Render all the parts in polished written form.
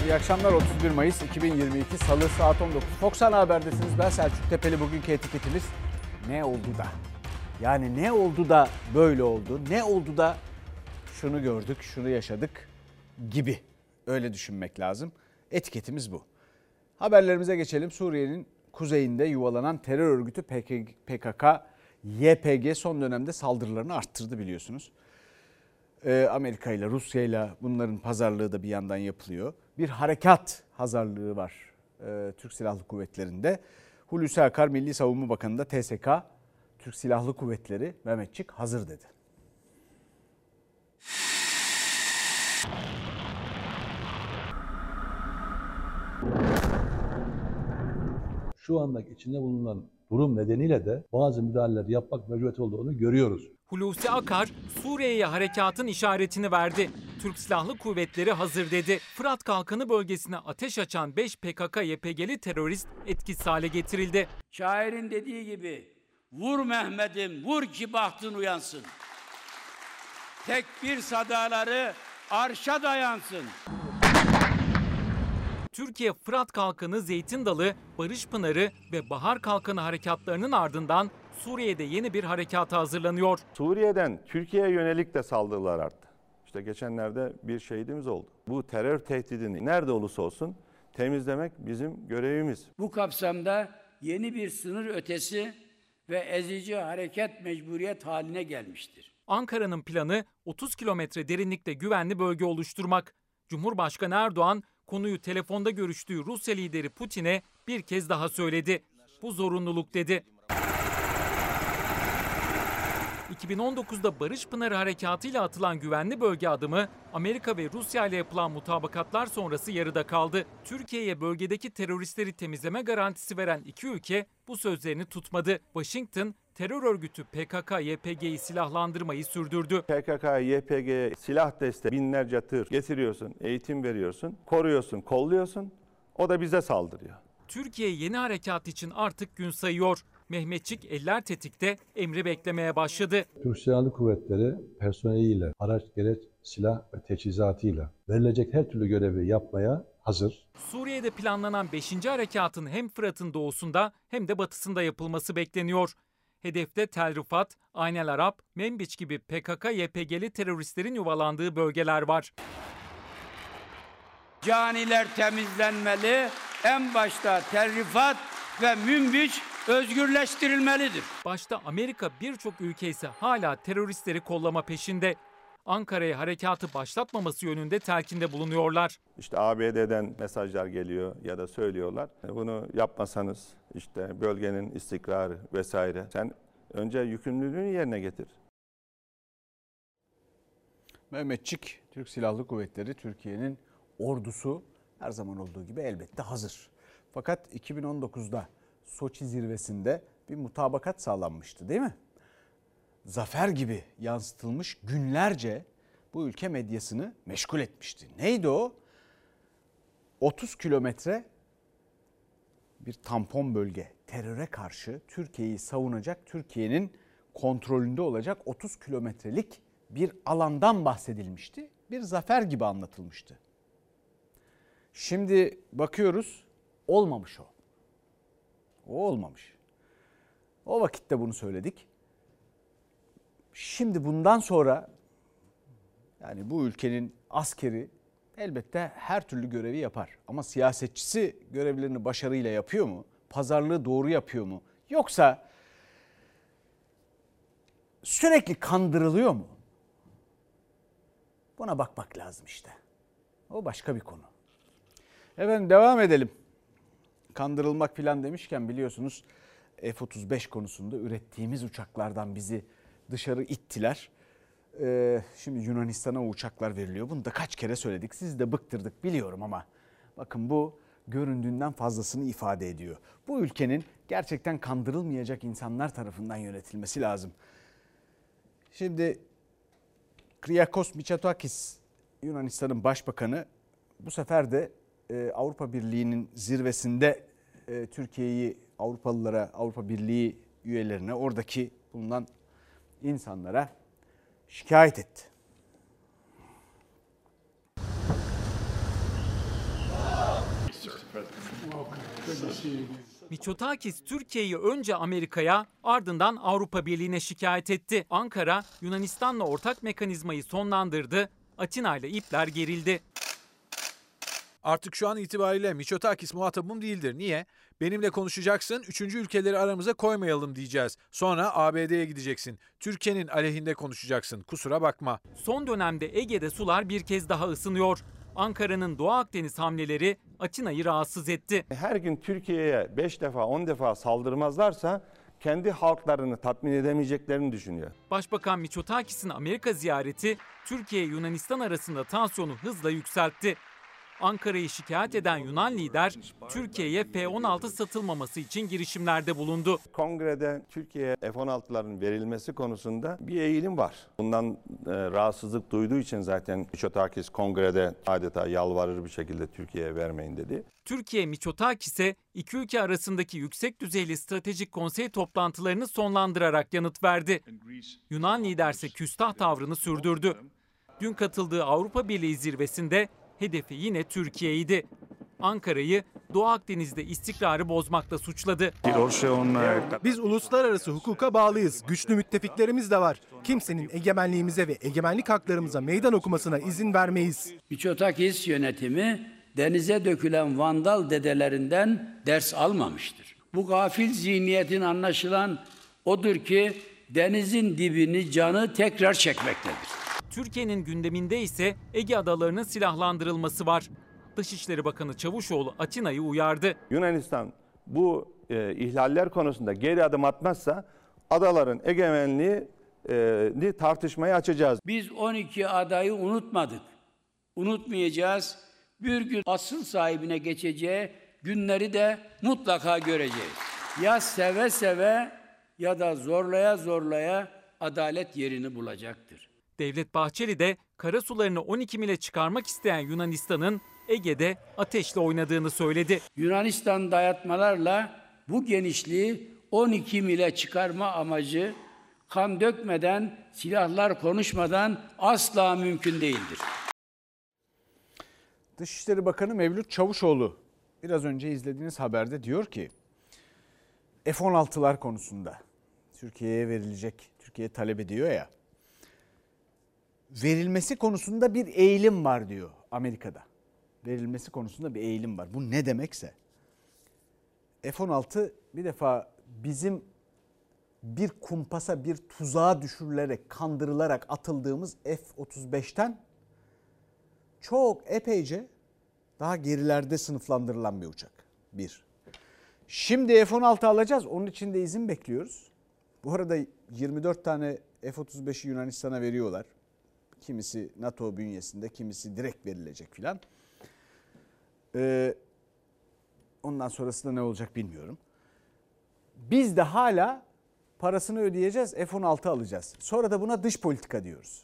İyi akşamlar. 31 Mayıs 2022 Salı saat 19. Fox Ana Haber'desiniz. Ben Selçuk Tepeli. Bugünkü etiketimiz ne oldu da? Yani ne oldu da böyle oldu? Ne oldu da şunu gördük, şunu yaşadık gibi. Öyle düşünmek lazım. Etiketimiz bu. Haberlerimize geçelim. Suriye'nin kuzeyinde yuvalanan terör örgütü PKK-YPG son dönemde saldırılarını arttırdı biliyorsunuz. Amerika ile Rusya ile bunların pazarlığı da bir yandan yapılıyor. Bir harekat hazırlığı var Türk Silahlı Kuvvetleri'nde. Hulusi Akar Milli Savunma Bakanı da TSK Türk Silahlı Kuvvetleri Mehmetçik hazır dedi. Şu andaki içinde bulunan durum nedeniyle de bazı müdahaleler yapmak mecburiyeti olduğunu görüyoruz. Hulusi Akar, Suriye'ye harekatın işaretini verdi. Türk Silahlı Kuvvetleri hazır dedi. Fırat Kalkanı bölgesine ateş açan 5 PKK-YPG'li terörist etkisiz hale getirildi. Şairin dediği gibi, vur Mehmet'im, vur ki bahtın uyansın. Tekbir sadaları arşa dayansın. Türkiye Fırat Kalkanı, Zeytin Dalı, Barış Pınarı ve Bahar Kalkanı harekatlarının ardından Suriye'de yeni bir harekata hazırlanıyor. Suriye'den Türkiye'ye yönelik de saldırılar arttı. İşte geçenlerde bir şehidimiz oldu. Bu terör tehdidini nerede olursa olsun temizlemek bizim görevimiz. Bu kapsamda yeni bir sınır ötesi ve ezici hareket mecburiyet haline gelmiştir. Ankara'nın planı 30 kilometre derinlikte güvenli bölge oluşturmak. Cumhurbaşkanı Erdoğan konuyu telefonda görüştüğü Rusya lideri Putin'e bir kez daha söyledi. Bu zorunluluk dedi. 2019'da Barış Pınarı Harekatı'yla atılan güvenli bölge adımı Amerika ve Rusya ile yapılan mutabakatlar sonrası yarıda kaldı. Türkiye'ye bölgedeki teröristleri temizleme garantisi veren iki ülke bu sözlerini tutmadı. Washington, terör örgütü PKK-YPG'yi silahlandırmayı sürdürdü. PKK-YPG'ye silah desteği, binlerce tır getiriyorsun, eğitim veriyorsun, koruyorsun, kolluyorsun. O da bize saldırıyor. Türkiye yeni harekat için artık gün sayıyor. Mehmetçik eller tetikte, emri beklemeye başladı. Türk Silahlı Kuvvetleri personeliyle, araç, gereç, silah ve teçhizatıyla verilecek her türlü görevi yapmaya hazır. Suriye'de planlanan 5. harekatın hem Fırat'ın doğusunda hem de batısında yapılması bekleniyor. Hedefte Tel Rifat, Ayn el Arab, Menbiç gibi PKK-YPG'li teröristlerin yuvalandığı bölgeler var. Caniler temizlenmeli, en başta Tel Rifat ve Münbiç özgürleştirilmelidir. Başta Amerika, birçok ülke ise hala teröristleri kollama peşinde. Ankara'ya harekatı başlatmaması yönünde telkinde bulunuyorlar. İşte ABD'den mesajlar geliyor ya da söylüyorlar. Bunu yapmasanız işte bölgenin istikrarı vesaire. Sen önce yükümlülüğünü yerine getir. Mehmetçik, Türk Silahlı Kuvvetleri, Türkiye'nin ordusu her zaman olduğu gibi elbette hazır. Fakat 2019'da Soçi zirvesinde bir mutabakat sağlanmıştı değil mi? Zafer gibi yansıtılmış, günlerce bu ülke medyasını meşgul etmişti. Neydi o? 30 kilometre bir tampon bölge, teröre karşı Türkiye'yi savunacak, Türkiye'nin kontrolünde olacak 30 kilometrelik bir alandan bahsedilmişti. Bir zafer gibi anlatılmıştı. Şimdi bakıyoruz, olmamış o. O olmamış. O vakitte bunu söyledik. Şimdi bundan sonra yani bu ülkenin askeri elbette her türlü görevi yapar. Ama siyasetçisi görevlerini başarıyla yapıyor mu? Pazarlığı doğru yapıyor mu? Yoksa sürekli kandırılıyor mu? Buna bakmak lazım işte. O başka bir konu. Efendim devam edelim. Kandırılmak falan demişken biliyorsunuz F-35 konusunda ürettiğimiz uçaklardan bizi dışarı ittiler. Şimdi Yunanistan'a o uçaklar veriliyor. Bunu da kaç kere söyledik. Siz de bıktırdık biliyorum ama bakın bu göründüğünden fazlasını ifade ediyor. Bu ülkenin gerçekten kandırılmayacak insanlar tarafından yönetilmesi lazım. Şimdi Kyriakos Mitsotakis Yunanistan'ın başbakanı bu sefer de Avrupa Birliği'nin zirvesinde Türkiye'yi Avrupalılara, Avrupa Birliği üyelerine, oradaki bulunan insanlara şikayet etti. Mitsotakis Türkiye'yi önce Amerika'ya ardından Avrupa Birliği'ne şikayet etti. Ankara Yunanistan'la ortak mekanizmayı sonlandırdı. Atina ile ipler gerildi. Artık şu an itibariyle Mitsotakis muhatabım değildir. Niye? Benimle konuşacaksın, 3. ülkeleri aramıza koymayalım diyeceğiz. Sonra ABD'ye gideceksin. Türkiye'nin aleyhinde konuşacaksın. Kusura bakma. Son dönemde Ege'de sular bir kez daha ısınıyor. Ankara'nın Doğu Akdeniz hamleleri Atina'yı rahatsız etti. Her gün Türkiye'ye 5 defa 10 defa saldırmazlarsa kendi halklarını tatmin edemeyeceklerini düşünüyor. Başbakan Mitsotakis'in Amerika ziyareti Türkiye-Yunanistan arasında tansiyonu hızla yükseltti. Ankara'yı şikayet eden Yunan lider Türkiye'ye F-16 satılmaması için girişimlerde bulundu. Kongrede Türkiye'ye F-16'ların verilmesi konusunda bir eğilim var. Bundan rahatsızlık duyduğu için zaten Mitsotakis kongrede adeta yalvarır bir şekilde Türkiye'ye vermeyin dedi. Türkiye Mitsotakis'e iki ülke arasındaki yüksek düzeyli stratejik konsey toplantılarını sonlandırarak yanıt verdi. Yunan lider ise küstah tavrını sürdürdü. Dün katıldığı Avrupa Birliği zirvesinde hedefi yine Türkiye'ydi. Ankara'yı Doğu Akdeniz'de istikrarı bozmakla suçladı. Biz uluslararası hukuka bağlıyız. Güçlü müttefiklerimiz de var. Kimsenin egemenliğimize ve egemenlik haklarımıza meydan okumasına izin vermeyiz. Mitsotakis yönetimi denize dökülen Vandal dedelerinden ders almamıştır. Bu gafil zihniyetin anlaşılan odur ki denizin dibini canı tekrar çekmektedir. Türkiye'nin gündeminde ise Ege adalarının silahlandırılması var. Dışişleri Bakanı Çavuşoğlu Atina'yı uyardı. Yunanistan bu ihlaller konusunda geri adım atmazsa adaların egemenliğini tartışmaya açacağız. Biz 12 adayı unutmadık. Unutmayacağız. Bir gün asıl sahibine geçeceği günleri de mutlaka göreceğiz. Ya seve seve ya da zorlaya zorlaya adalet yerini bulacaktır. Devlet Bahçeli de karasularını 12 mile çıkarmak isteyen Yunanistan'ın Ege'de ateşle oynadığını söyledi. Yunanistan dayatmalarla bu genişliği 12 mile çıkarma amacı kan dökmeden, silahlar konuşmadan asla mümkün değildir. Dışişleri Bakanı Mevlüt Çavuşoğlu biraz önce izlediğiniz haberde diyor ki F-16'lar konusunda Türkiye'ye verilecek, Türkiye talep ediyor ya, verilmesi konusunda bir eğilim var diyor Amerika'da. Verilmesi konusunda bir eğilim var. Bu ne demekse. F-16 bir defa bizim bir kumpasa, bir tuzağa düşürülerek, kandırılarak atıldığımız F-35'ten çok epeyce daha gerilerde sınıflandırılan bir uçak. Bir. Şimdi F-16 alacağız. Onun için de izin bekliyoruz. Bu arada 24 tane F-35'i Yunanistan'a veriyorlar. Kimisi NATO bünyesinde, kimisi direkt verilecek filan. Ondan sonrasında ne olacak bilmiyorum. Biz de hala parasını ödeyeceğiz, F-16 alacağız. Sonra da buna dış politika diyoruz.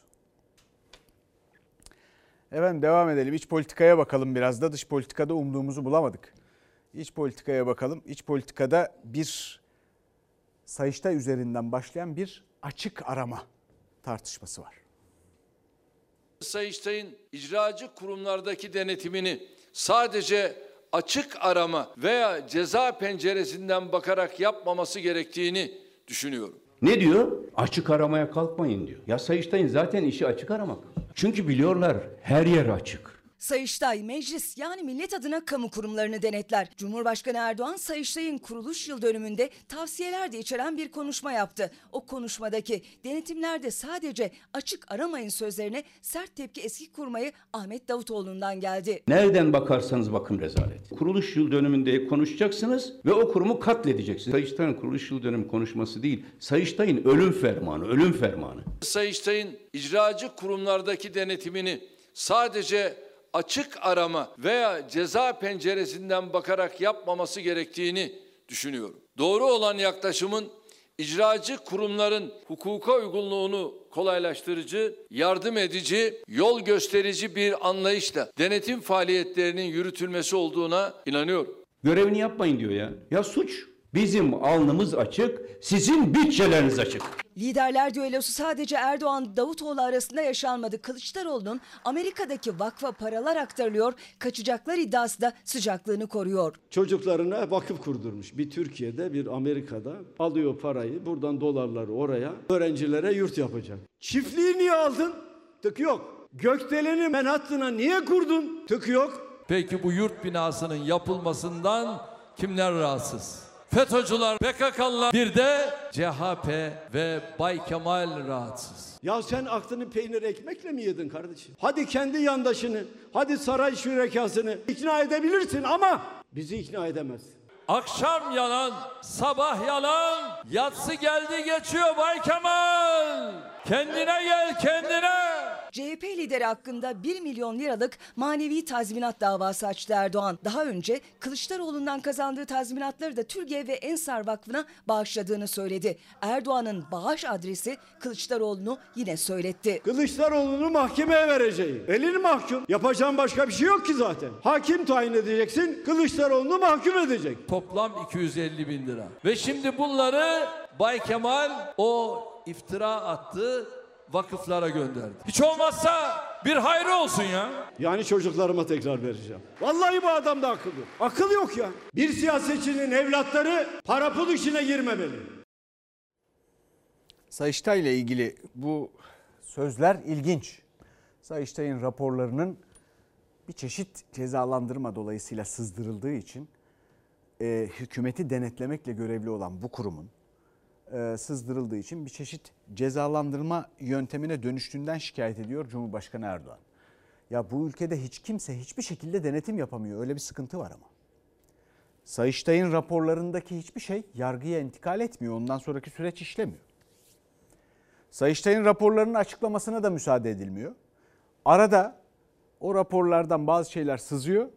Efendim devam edelim. İç politikaya bakalım biraz da. Dış politikada umduğumuzu bulamadık. İç politikaya bakalım. İç politikada bir Sayıştay üzerinden başlayan bir açık arama tartışması var. Sayıştay'ın icracı kurumlardaki denetimini sadece açık arama veya ceza penceresinden bakarak yapmaması gerektiğini düşünüyorum. Ne diyor? Açık aramaya kalkmayın diyor. Ya Sayıştay'ın zaten işi açık aramak. Çünkü biliyorlar her yer açık. Sayıştay, meclis yani millet adına kamu kurumlarını denetler. Cumhurbaşkanı Erdoğan Sayıştay'ın kuruluş yıl dönümünde tavsiyeler de içeren bir konuşma yaptı. O konuşmadaki denetimlerde sadece açık aramayın sözlerine sert tepki eski kurmayı Ahmet Davutoğlu'ndan geldi. Nereden bakarsanız bakın rezalet. Kuruluş yıl dönümünde konuşacaksınız ve o kurumu katledeceksiniz. Sayıştay'ın kuruluş yıl dönümü konuşması değil, Sayıştay'ın ölüm fermanı, ölüm fermanı. Sayıştay'ın icracı kurumlardaki denetimini sadece açık arama veya ceza penceresinden bakarak yapmaması gerektiğini düşünüyorum. Doğru olan yaklaşımın icracı kurumların hukuka uygunluğunu kolaylaştırıcı, yardım edici, yol gösterici bir anlayışla denetim faaliyetlerinin yürütülmesi olduğuna inanıyorum. Görevini yapmayın diyor ya. Ya suç. Bizim alnımız açık, sizin bütçeleriniz açık. Liderler düellosu sadece Erdoğan-Davutoğlu arasında yaşanmadı. Kılıçdaroğlu'nun Amerika'daki vakfa paralar aktarılıyor, kaçacaklar iddiası da sıcaklığını koruyor. Çocuklarına vakıf kurdurmuş. Bir Türkiye'de, bir Amerika'da alıyor parayı, buradan dolarları oraya, öğrencilere yurt yapacak. Çiftliği niye aldın? Tık yok. Gökdeleni Manhattan'a niye kurdun? Tık yok. Peki bu yurt binasının yapılmasından kimler rahatsız? FETÖ'cüler, PKK'lılar, bir de CHP ve Bay Kemal rahatsız. Ya sen aklını peynir ekmekle mi yedin kardeşim? Hadi kendi yandaşını, hadi saray şürekasını ikna edebilirsin ama bizi ikna edemezsin. Akşam yalan, sabah yalan, yatsı geldi geçiyor Bay Kemal. Kendine gel, kendine. CHP lideri hakkında 1 milyon liralık manevi tazminat davası açtı Erdoğan. Daha önce Kılıçdaroğlu'ndan kazandığı tazminatları da Türkiye ve Ensar Vakfı'na bağışladığını söyledi. Erdoğan'ın bağış adresi Kılıçdaroğlu'nu yine söyletti. Kılıçdaroğlu'nu mahkemeye vereceğim. Elini mahkum. Yapacağın başka bir şey yok ki zaten. Hakim tayin edeceksin, Kılıçdaroğlu'nu mahkum edecek. Toplam 250 bin lira. Ve şimdi bunları Bay Kemal o iftira attığı vakıflara gönderdi. Hiç olmazsa bir hayrı olsun ya. Yani çocuklarıma tekrar vereceğim. Vallahi bu adamda akıl yok. Akıl yok ya. Bir siyasetçinin evlatları para pul işine girmemeli. Sayıştay ile ilgili bu sözler ilginç. Sayıştay'ın raporlarının bir çeşit cezalandırma dolayısıyla sızdırıldığı için hükümeti denetlemekle görevli olan bu kurumun sızdırıldığı için bir çeşit cezalandırma yöntemine dönüştüğünden şikayet ediyor Cumhurbaşkanı Erdoğan. Ya bu ülkede hiç kimse hiçbir şekilde denetim yapamıyor. Öyle bir sıkıntı var ama. Sayıştay'ın raporlarındaki hiçbir şey yargıya intikal etmiyor. Ondan sonraki süreç işlemiyor. Sayıştay'ın raporlarının açıklamasına da müsaade edilmiyor. Arada o raporlardan bazı şeyler sızıyor.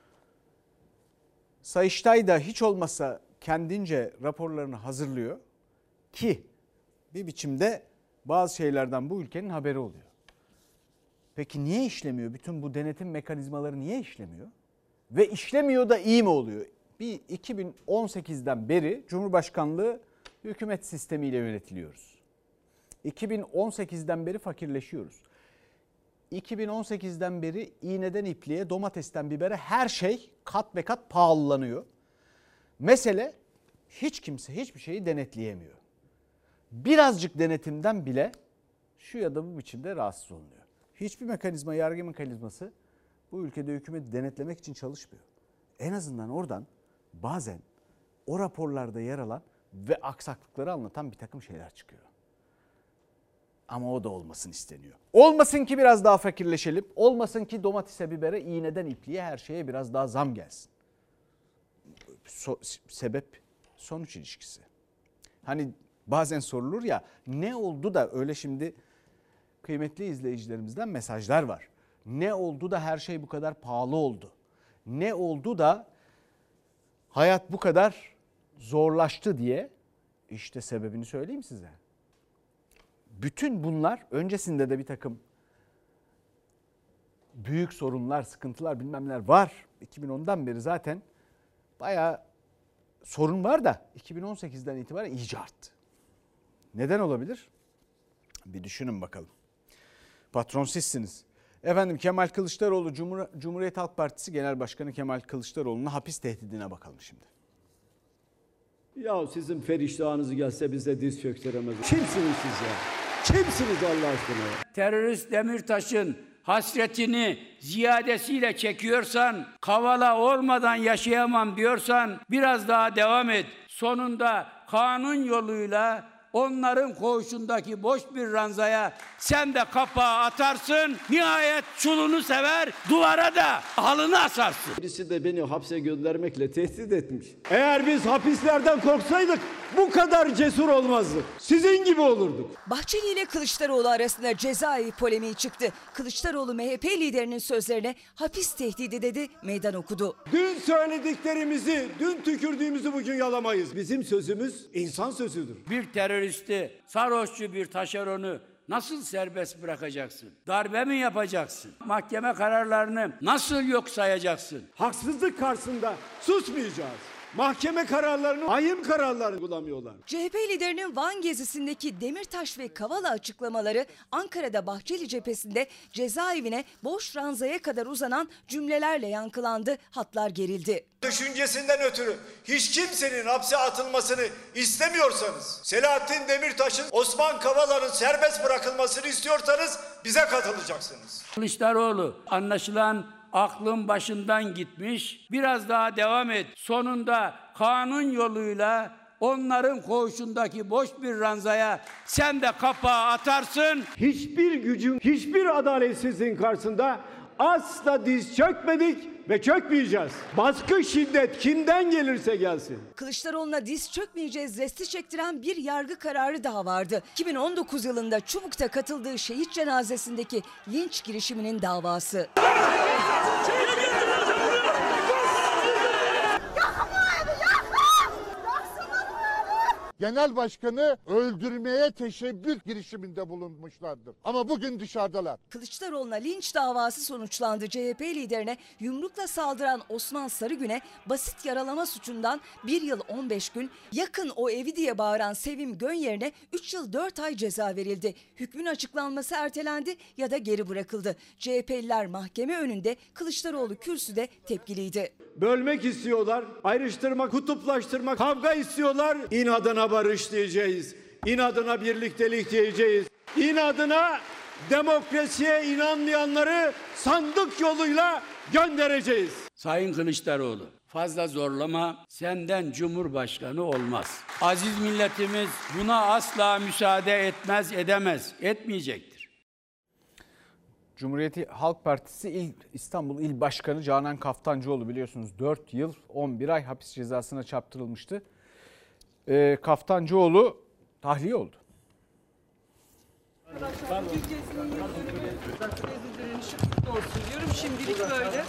Sayıştay da hiç olmazsa kendince raporlarını hazırlıyor ki bir biçimde bazı şeylerden bu ülkenin haberi oluyor. Peki niye işlemiyor? Bütün bu denetim mekanizmaları niye işlemiyor? Ve işlemiyor da iyi mi oluyor? Bir 2018'den beri Cumhurbaşkanlığı hükümet sistemiyle yönetiliyoruz. 2018'den beri fakirleşiyoruz. 2018'den beri iğneden ipliğe, domatesten bibere her şey kat be kat pahalılanıyor. Mesele hiç kimse hiçbir şeyi denetleyemiyor. Birazcık denetimden bile şu ya da bu biçimde rahatsız olunuyor. Hiçbir mekanizma, yargı mekanizması bu ülkede hükümeti denetlemek için çalışmıyor. En azından oradan bazen o raporlarda yer alan ve aksaklıkları anlatan bir takım şeyler çıkıyor. Ama o da olmasın isteniyor. Olmasın ki biraz daha fakirleşelim. Olmasın ki domatese, bibere, iğneden ipliğe her şeye biraz daha zam gelsin. Sebep sonuç ilişkisi. Hani bazen sorulur ya ne oldu da öyle şimdi kıymetli izleyicilerimizden mesajlar var. Ne oldu da her şey bu kadar pahalı oldu? Ne oldu da hayat bu kadar zorlaştı diye işte sebebini söyleyeyim size. Bütün bunlar öncesinde de bir takım büyük sorunlar, sıkıntılar bilmemler var. 2010'dan beri zaten bayağı sorun var da 2018'den itibaren iyice arttı. Neden olabilir? Bir düşünün bakalım. Patron sizsiniz. Efendim Kemal Kılıçdaroğlu, Cumhuriyet Halk Partisi Genel Başkanı Kemal Kılıçdaroğlu'nun hapis tehdidine bakalım şimdi. Ya sizin feriştahınız gelse bize diz çöktüremez. Kimsiniz siz ya? Kimsiniz Allah aşkına? Terörist Demirtaş'ın hasretini ziyadesiyle çekiyorsan, kavala olmadan yaşayamam diyorsan biraz daha devam et. Sonunda kanun yoluyla onların koğuşundaki boş bir ranzaya sen de kapağı atarsın. Nihayet çulunu sever, duvara da halını asarsın. Birisi de beni hapse göndermekle tehdit etmiş. Eğer biz hapislerden korksaydık bu kadar cesur olmazdık. Sizin gibi olurduk. Bahçeli ile Kılıçdaroğlu arasında cezaevi polemiği çıktı. Kılıçdaroğlu MHP liderinin sözlerine hapis tehdidi dedi, meydan okudu. Dün söylediklerimizi, dün tükürdüğümüzü bugün yalamayız. Bizim sözümüz insan sözüdür. Bir teröristi, sarhoşçu bir taşeronu nasıl serbest bırakacaksın? Darbe mi yapacaksın? Mahkeme kararlarını nasıl yok sayacaksın? Haksızlık karşısında susmayacağız. Mahkeme kararlarını, ahim kararlarını bulamıyorlar. CHP liderinin Van gezisindeki Demirtaş ve Kavala açıklamaları, Ankara'da Bahçeli cephesinde cezaevine boş ranzaya kadar uzanan cümlelerle yankılandı, hatlar gerildi. Düşüncesinden ötürü hiç kimsenin hapse atılmasını istemiyorsanız, Selahattin Demirtaş'ın, Osman Kavala'nın serbest bırakılmasını istiyorsanız bize katılacaksınız. Kılıçdaroğlu, anlaşılan aklın başından gitmiş, biraz daha devam et. Sonunda kanun yoluyla onların koğuşundaki boş bir ranzaya sen de kapağı atarsın. Hiçbir gücün, hiçbir adaletsizliğin karşısında asla diz çökmedik ve çökmeyeceğiz. Baskı, şiddet kimden gelirse gelsin. Kılıçdaroğlu'na diz çökmeyeceğiz resti çektiren bir yargı kararı daha vardı. 2019 yılında Çubuk'ta katıldığı şehit cenazesindeki linç girişiminin davası. Genel başkanı öldürmeye teşebbüs girişiminde bulunmuşlardır. Ama bugün dışarıdalar. Kılıçdaroğlu'na linç davası sonuçlandı. CHP liderine yumrukla saldıran Osman Sarıgün'e basit yaralama suçundan 1 yıl 15 gün, yakın o evi diye bağıran Sevim Gönyer'ine 3 yıl 4 ay ceza verildi. Hükmün açıklanması ertelendi ya da geri bırakıldı. CHP'liler mahkeme önünde, Kılıçdaroğlu kürsüde tepkiliydi. Bölmek istiyorlar, ayrıştırmak, kutuplaştırmak, kavga istiyorlar. İnadına barış diyeceğiz, inadına birliktelik diyeceğiz, inadına demokrasiye inanmayanları sandık yoluyla göndereceğiz. Sayın Kılıçdaroğlu, fazla zorlama, senden Cumhurbaşkanı olmaz. Aziz milletimiz buna asla müsaade etmez, edemez, etmeyecektir. Cumhuriyet Halk Partisi İstanbul İl Başkanı Canan Kaftancıoğlu biliyorsunuz 4 yıl 11 ay hapis cezasına çarptırılmıştı. Kaftancıoğlu tahliye oldu. Şimdilik böyle.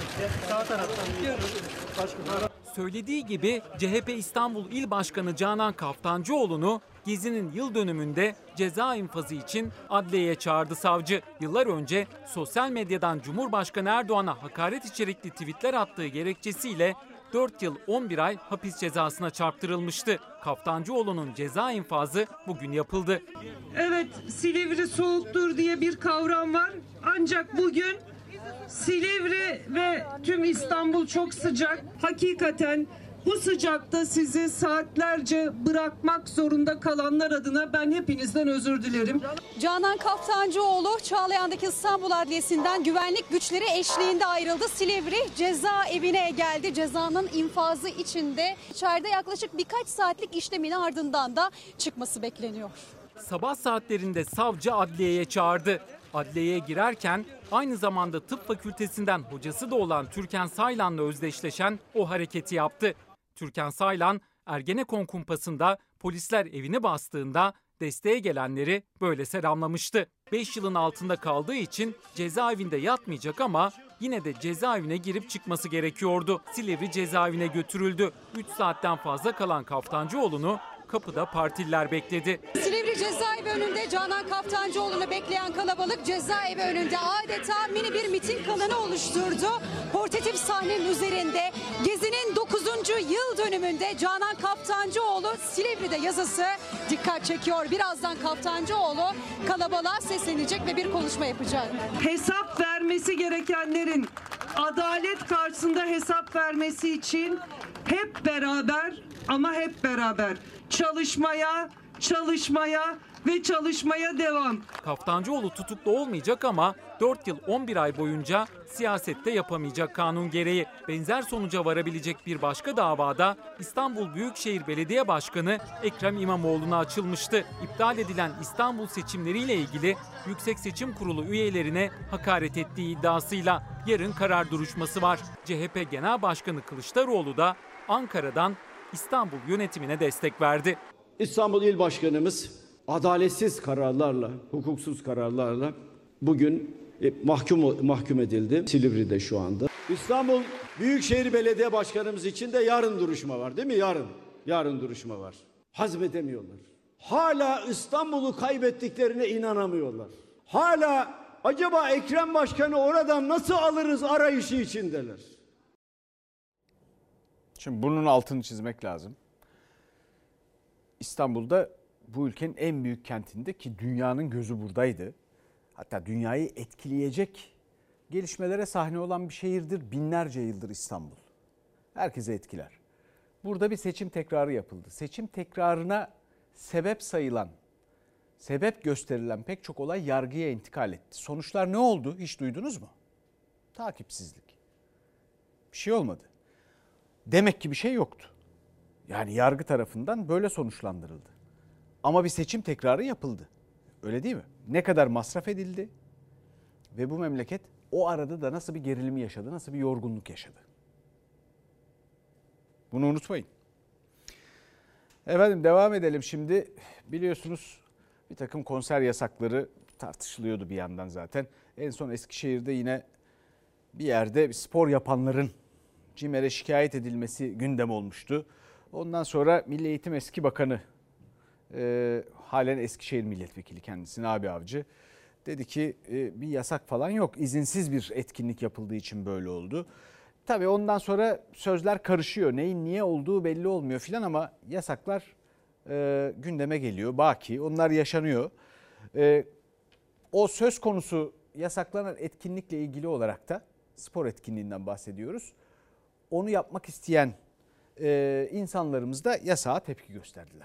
Söylediği gibi CHP İstanbul İl Başkanı Canan Kaftancıoğlu'nu Gezi'nin yıl dönümünde ceza infazı için adliyeye çağırdı savcı. Yıllar önce sosyal medyadan Cumhurbaşkanı Erdoğan'a hakaret içerikli tweetler attığı gerekçesiyle 4 yıl 11 ay hapis cezasına çarptırılmıştı. Kaftancıoğlu'nun ceza infazı bugün yapıldı. Evet, Silivri soğuktur diye bir kavram var. Ancak bugün Silivri ve tüm İstanbul çok sıcak. Hakikaten bu sıcakta sizi saatlerce bırakmak zorunda kalanlar adına ben hepinizden özür dilerim. Canan Kaftancıoğlu Çağlayan'daki İstanbul Adliyesi'nden güvenlik güçleri eşliğinde ayrıldı. Silivri cezaevine geldi. Cezanın infazı içinde içeride yaklaşık birkaç saatlik işlemin ardından da çıkması bekleniyor. Sabah saatlerinde savcı adliyeye çağırdı. Adliyeye girerken aynı zamanda tıp fakültesinden hocası da olan Türkan Saylan'la özdeşleşen o hareketi yaptı. Türkan Saylan Ergenekon kumpasında polisler evini bastığında desteğe gelenleri böyle selamlamıştı. 5 yılın altında kaldığı için cezaevinde yatmayacak ama yine de cezaevine girip çıkması gerekiyordu. Silivri cezaevine götürüldü. 3 saatten fazla kalan Kaftancıoğlu'nu kapıda partililer bekledi. Silivri cezaevi önünde Canan Kaftancıoğlu'nu bekleyen kalabalık cezaevi önünde adeta mini bir miting alanı oluşturdu. Portatif sahnenin üzerinde Gezi'nin 9. yıl dönümünde Canan Kaftancıoğlu Silivri'de yazısı dikkat çekiyor. Birazdan Kaftancıoğlu kalabalığa seslenecek ve bir konuşma yapacak. Hesap vermesi gerekenlerin adalet karşısında hesap vermesi için hep beraber ama hep beraber çalışmaya ve çalışmaya devam. Kaftancıoğlu tutuklu olmayacak ama 4 yıl 11 ay boyunca siyasette yapamayacak kanun gereği. Benzer sonuca varabilecek bir başka davada İstanbul Büyükşehir Belediye Başkanı Ekrem İmamoğlu'na açılmıştı. İptal edilen İstanbul seçimleriyle ilgili Yüksek Seçim Kurulu üyelerine hakaret ettiği iddiasıyla yarın karar duruşması var. CHP Genel Başkanı Kılıçdaroğlu da Ankara'dan İstanbul yönetimine destek verdi. İstanbul İl Başkanımız adaletsiz kararlarla, hukuksuz kararlarla bugün mahkum edildi. Silivri'de şu anda. İstanbul Büyükşehir Belediye Başkanımız için de yarın duruşma var değil mi? Yarın duruşma var. Hazmedemiyorlar. Hala İstanbul'u kaybettiklerine inanamıyorlar. Hala acaba Ekrem Başkan'ı oradan nasıl alırız arayışı içindeler. Şimdi bunun altını çizmek lazım. İstanbul'da bu ülkenin en büyük kentinde ki dünyanın gözü buradaydı. Hatta dünyayı etkileyecek gelişmelere sahne olan bir şehirdir. Binlerce yıldır İstanbul. Herkese etkiler. Burada bir seçim tekrarı yapıldı. Seçim tekrarına sebep sayılan, sebep gösterilen pek çok olay yargıya intikal etti. Sonuçlar ne oldu? Hiç duydunuz mu? Takipsizlik. Bir şey olmadı. Demek ki bir şey yoktu. Yani yargı tarafından böyle sonuçlandırıldı. Ama bir seçim tekrarı yapıldı. Öyle değil mi? Ne kadar masraf edildi ve bu memleket o arada da nasıl bir gerilim yaşadı, nasıl bir yorgunluk yaşadı. Bunu unutmayın. Efendim devam edelim şimdi. Biliyorsunuz bir takım konser yasakları tartışılıyordu bir yandan zaten. En son Eskişehir'de yine bir yerde spor yapanların CİMER'e şikayet edilmesi gündem olmuştu. Ondan sonra Milli Eğitim Eski Bakanı, halen Eskişehir Milletvekili kendisi Nabi Avcı dedi ki bir yasak falan yok. İzinsiz bir etkinlik yapıldığı için böyle oldu. Tabii ondan sonra sözler karışıyor. Neyin niye olduğu belli olmuyor filan ama yasaklar gündeme geliyor. Baki onlar yaşanıyor. O söz konusu yasaklanan etkinlikle ilgili olarak da spor etkinliğinden bahsediyoruz. Onu yapmak isteyen insanlarımız da yasağa tepki gösterdiler.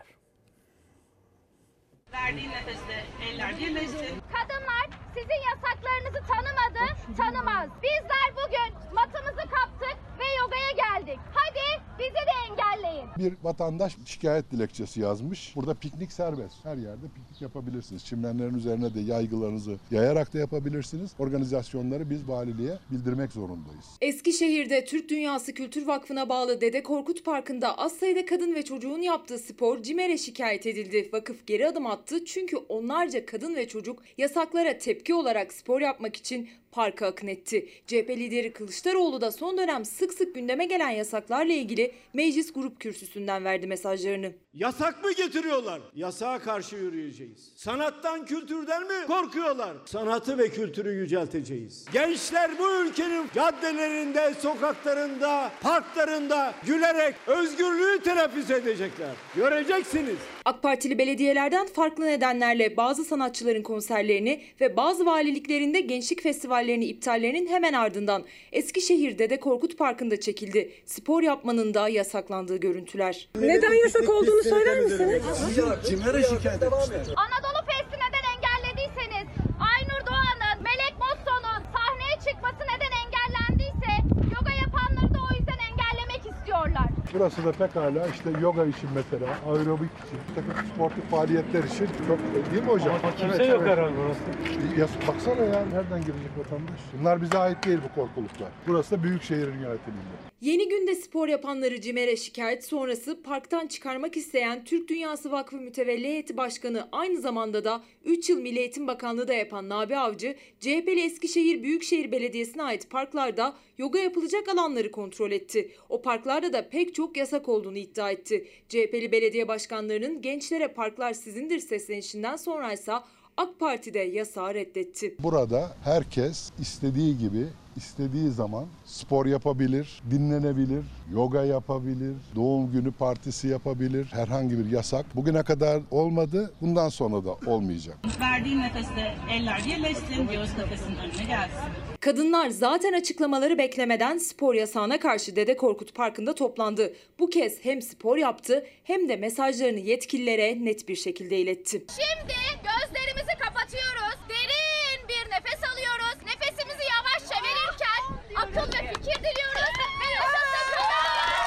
Verdiğin nefeste eller birleşsin. Kadınlar sizin yasaklarınızı tanımadı, tanımaz. Bizler bugün matımızı kaptık ve yogaya geldik. Hadi bizi de engelleyin. Bir vatandaş şikayet dilekçesi yazmış. Burada piknik serbest. Her yerde piknik yapabilirsiniz. Çimlenlerin üzerine de yaygılarınızı yayarak da yapabilirsiniz. Organizasyonları biz valiliğe bildirmek zorundayız. Eskişehir'de Türk Dünyası Kültür Vakfı'na bağlı Dede Korkut Parkı'nda az sayıda kadın ve çocuğun yaptığı spor CİMER'e şikayet edildi. Vakıf geri adım attı çünkü onlarca kadın ve çocuk yasaklara tepki olarak spor yapmak için parka akın etti. CHP lideri Kılıçdaroğlu da son dönem sık sık gündeme gelen yasaklarla ilgili meclis grup kürsüsünden verdi mesajlarını. Yasak mı getiriyorlar? Yasağa karşı yürüyeceğiz. Sanattan, kültürden mi korkuyorlar? Sanatı ve kültürü yücelteceğiz. Gençler bu ülkenin caddelerinde, sokaklarında, parklarında gülerek özgürlüğü telaffuz edecekler. Göreceksiniz. AK Partili belediyelerden farklı nedenlerle bazı sanatçıların konserlerini ve bazı valiliklerinde gençlik festivallerini iptallerinin hemen ardından Eskişehir Dede Korkut Parkı'nda çekildi. Spor yapmanın da yasaklandığı görüntüler. Neden yasak olduğunu söyler misiniz? CİMER'e şikayet etmişler. Anadolu Fest'i neden engellediyseniz, Aynur Doğan'ın, Melek Mosso'nun sahneye çıkması neden engellendiyse, yoga yapanları da o yüzden engellemek istiyorlar. Burası da pekala işte yoga için mesela, aerobik için, takım sportif faaliyetler için çok değil mi hocam? Ama kimse yok herhalde burası. Baksana ya nereden girecek vatandaş? Bunlar bize ait değil bu korkuluklar. Burası da Büyükşehir'in yönetiminde. Yeni günde spor yapanları CİMER'e şikayet sonrası parktan çıkarmak isteyen Türk Dünyası Vakfı Mütevelli Heyeti Başkanı aynı zamanda da 3 yıl Milli Eğitim Bakanlığı da yapan Nabi Avcı, CHP'li Eskişehir Büyükşehir Belediyesi'ne ait parklarda yoga yapılacak alanları kontrol etti. O parklarda da pek çok yasak olduğunu iddia etti. CHP'li belediye başkanlarının gençlere parklar sizindir seslenişinden sonraysa AK Parti de yasağı reddetti. Burada herkes istediği gibi, istediği zaman spor yapabilir, dinlenebilir, yoga yapabilir, doğum günü partisi yapabilir. Herhangi bir yasak bugüne kadar olmadı, bundan sonra da olmayacak. Verdiğin nefeste eller birleşsin, göğüs kafesinin önüne gelsin. Kadınlar zaten açıklamaları beklemeden spor yasağına karşı Dede Korkut Parkı'nda toplandı. Bu kez hem spor yaptı hem de mesajlarını yetkililere net bir şekilde iletti. Şimdi gözlerimizi kapatıyoruz, derin bir nefes alıyoruz, nefesimizi yavaşça verirken akıl ve fikir diliyoruz ve yaşasın kadın!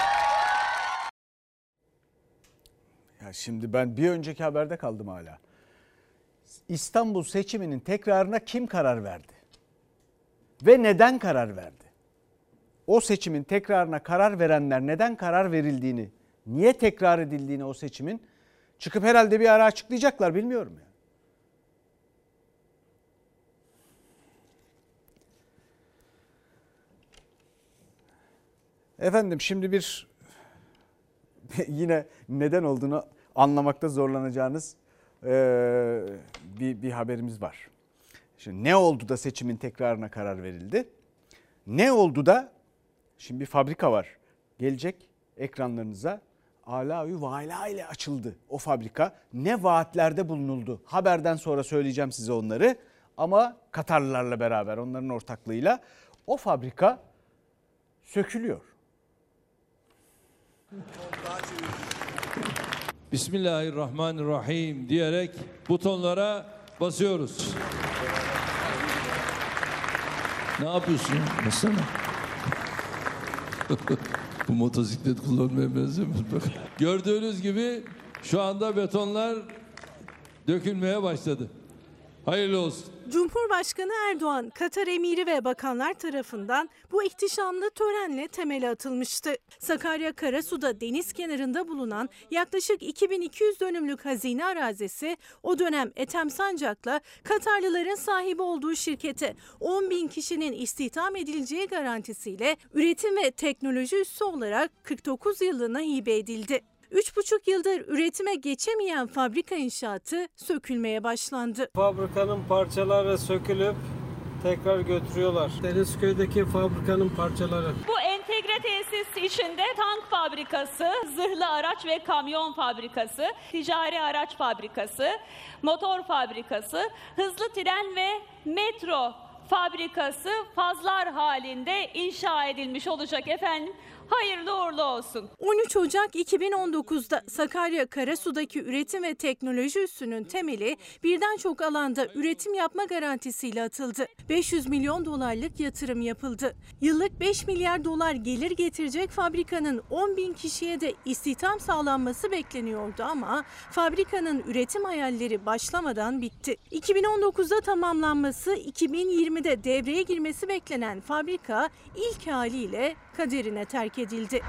Ya şimdi ben bir önceki haberde kaldım hala. İstanbul seçiminin tekrarına kim karar verdi? Ve neden karar verdi? O seçimin tekrarına karar verenler neden karar verildiğini, niye tekrar edildiğini o seçimin çıkıp herhalde bir ara açıklayacaklar, bilmiyorum ya. Efendim şimdi yine neden olduğunu anlamakta zorlanacağınız bir haberimiz var. Şimdi ne oldu da seçimin tekrarına karar verildi? Ne oldu da şimdi bir fabrika var. Gelecek ekranlarınıza. Ala-ü Vala ile açıldı o fabrika. Ne vaatlerde bulunuldu. Haberden sonra söyleyeceğim size onları. Ama Katarlılarla beraber, onların ortaklığıyla o fabrika sökülüyor. Bismillahirrahmanirrahim diyerek butonlara basıyoruz. Ne yapıyorsun? Bassana. Bu motosiklet kullanmaya benzemiyor. Gördüğünüz gibi şu anda betonlar dökülmeye başladı. Hayırlı olsun. Cumhurbaşkanı Erdoğan, Katar emiri ve bakanlar tarafından bu ihtişamlı törenle temeli atılmıştı. Sakarya Karasu'da deniz kenarında bulunan yaklaşık 2200 dönümlük hazine arazisi o dönem Ethem Sancak'la Katarlıların sahibi olduğu şirkete 10.000 kişinin istihdam edileceği garantisiyle üretim ve teknoloji üssü olarak 49 yıllığına hibe edildi. 3,5 yıldır üretime geçemeyen fabrika inşaatı sökülmeye başlandı. Fabrikanın parçaları sökülüp tekrar götürüyorlar. Denizköy'deki fabrikanın parçaları. Bu entegre tesis içinde tank fabrikası, zırhlı araç ve kamyon fabrikası, ticari araç fabrikası, motor fabrikası, hızlı tren ve metro fabrikası fazlar halinde inşa edilmiş olacak efendim. Hayırlı uğurlu olsun. 13 Ocak 2019'da Sakarya Karasu'daki üretim ve teknoloji üssünün temeli birden çok alanda üretim yapma garantisiyle atıldı. 500 milyon dolarlık yatırım yapıldı. Yıllık 5 milyar dolar gelir getirecek fabrikanın 10.000 kişiye de istihdam sağlanması bekleniyordu ama fabrikanın üretim hayalleri başlamadan bitti. 2019'da tamamlanması, 2020'de devreye girmesi beklenen fabrika ilk haliyle kaderine terk edildi.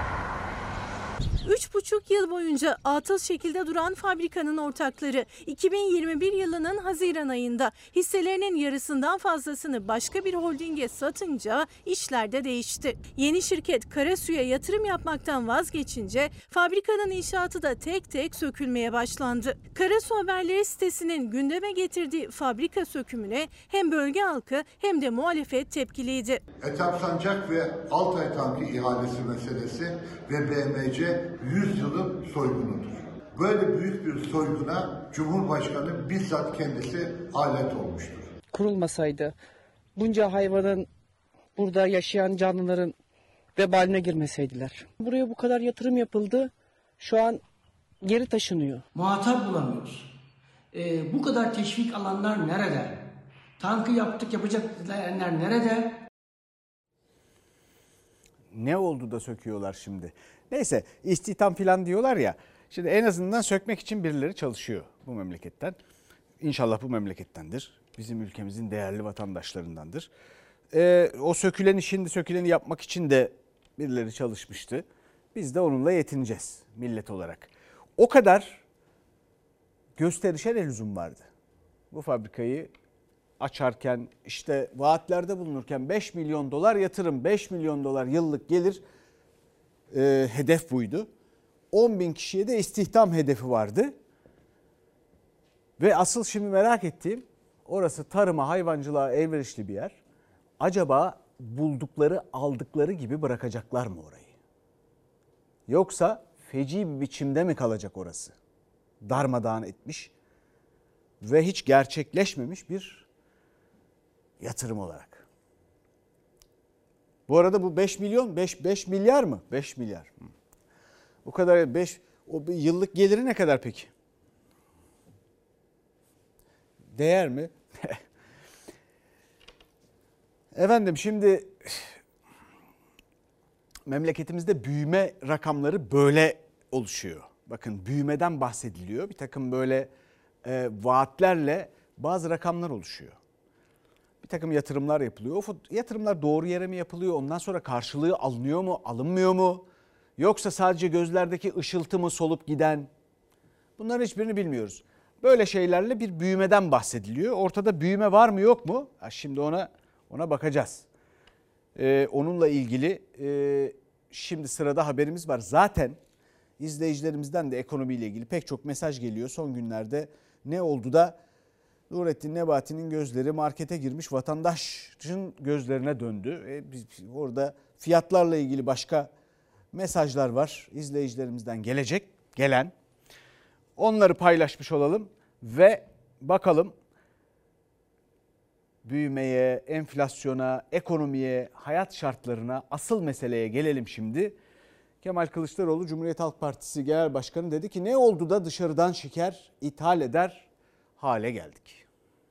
3,5 yıl boyunca atıl şekilde duran fabrikanın ortakları 2021 yılının Haziran ayında hisselerinin yarısından fazlasını başka bir holdinge satınca işler de değişti. Yeni şirket Karasu'ya yatırım yapmaktan vazgeçince fabrikanın inşaatı da tek tek sökülmeye başlandı. Karasu Haberleri sitesinin gündeme getirdiği fabrika sökümüne hem bölge halkı hem de muhalefet tepkiliydi. Ethem Sancak ve Altay tankı ihalesi meselesi ve BMC 100 yılın soygunudur. Böyle büyük bir soyguna Cumhurbaşkanı bizzat kendisi alet olmuştur. Kurulmasaydı bunca hayvanın, burada yaşayan canlıların vebaline girmeseydiler. Buraya bu kadar yatırım yapıldı, şu an geri taşınıyor. Muhatap bulamıyoruz. Bu kadar teşvik alanlar nerede? Tankı yaptık, yapacaklar nerede? Ne oldu da söküyorlar şimdi? Neyse, istihdam falan diyorlar ya. Şimdi en azından sökmek için birileri çalışıyor bu memleketten. İnşallah bu memlekettendir. Bizim ülkemizin değerli vatandaşlarındandır. O söküleni, şimdi söküleni yapmak için de birileri çalışmıştı. Biz de onunla yetineceğiz millet olarak. O kadar gösterişe ne lüzum vardı? Bu fabrikayı açarken, işte vaatlerde bulunurken 5 milyon dolar yatırım, 5 milyon dolar yıllık gelir hedef buydu. 10.000 kişiye de istihdam hedefi vardı. Ve asıl şimdi merak ettiğim, orası tarıma, hayvancılığa elverişli bir yer. Acaba buldukları, aldıkları gibi bırakacaklar mı orayı? Yoksa feci bir biçimde mi kalacak orası? Darmadağın etmiş ve hiç gerçekleşmemiş bir yatırım olarak. Bu arada bu 5 milyon, 5 milyar mı? 5 milyar. Bu kadar, o yıllık geliri ne kadar peki? Değer mi? Efendim şimdi memleketimizde büyüme rakamları böyle oluşuyor. Bakın büyümeden bahsediliyor. Bir takım böyle vaatlerle bazı rakamlar oluşuyor. Bir takım yatırımlar yapılıyor. O yatırımlar doğru yere mi yapılıyor? Ondan sonra karşılığı alınıyor mu, alınmıyor mu? Yoksa sadece gözlerdeki ışıltı mı solup giden? Bunların hiçbirini bilmiyoruz. Böyle şeylerle bir büyümeden bahsediliyor. Ortada büyüme var mı yok mu? Şimdi ona bakacağız. Onunla ilgili şimdi sırada haberimiz var. Zaten izleyicilerimizden de ekonomiyle ilgili pek çok mesaj geliyor. Son günlerde ne oldu da Nurettin Nebati'nin gözleri markete girmiş, vatandaşın gözlerine döndü. Orada fiyatlarla ilgili başka mesajlar var izleyicilerimizden gelen. Onları paylaşmış olalım ve bakalım büyümeye, enflasyona, ekonomiye, hayat şartlarına, asıl meseleye gelelim şimdi. Kemal Kılıçdaroğlu Cumhuriyet Halk Partisi Genel Başkanı dedi ki ne oldu da dışarıdan şeker ithal eder hale geldik.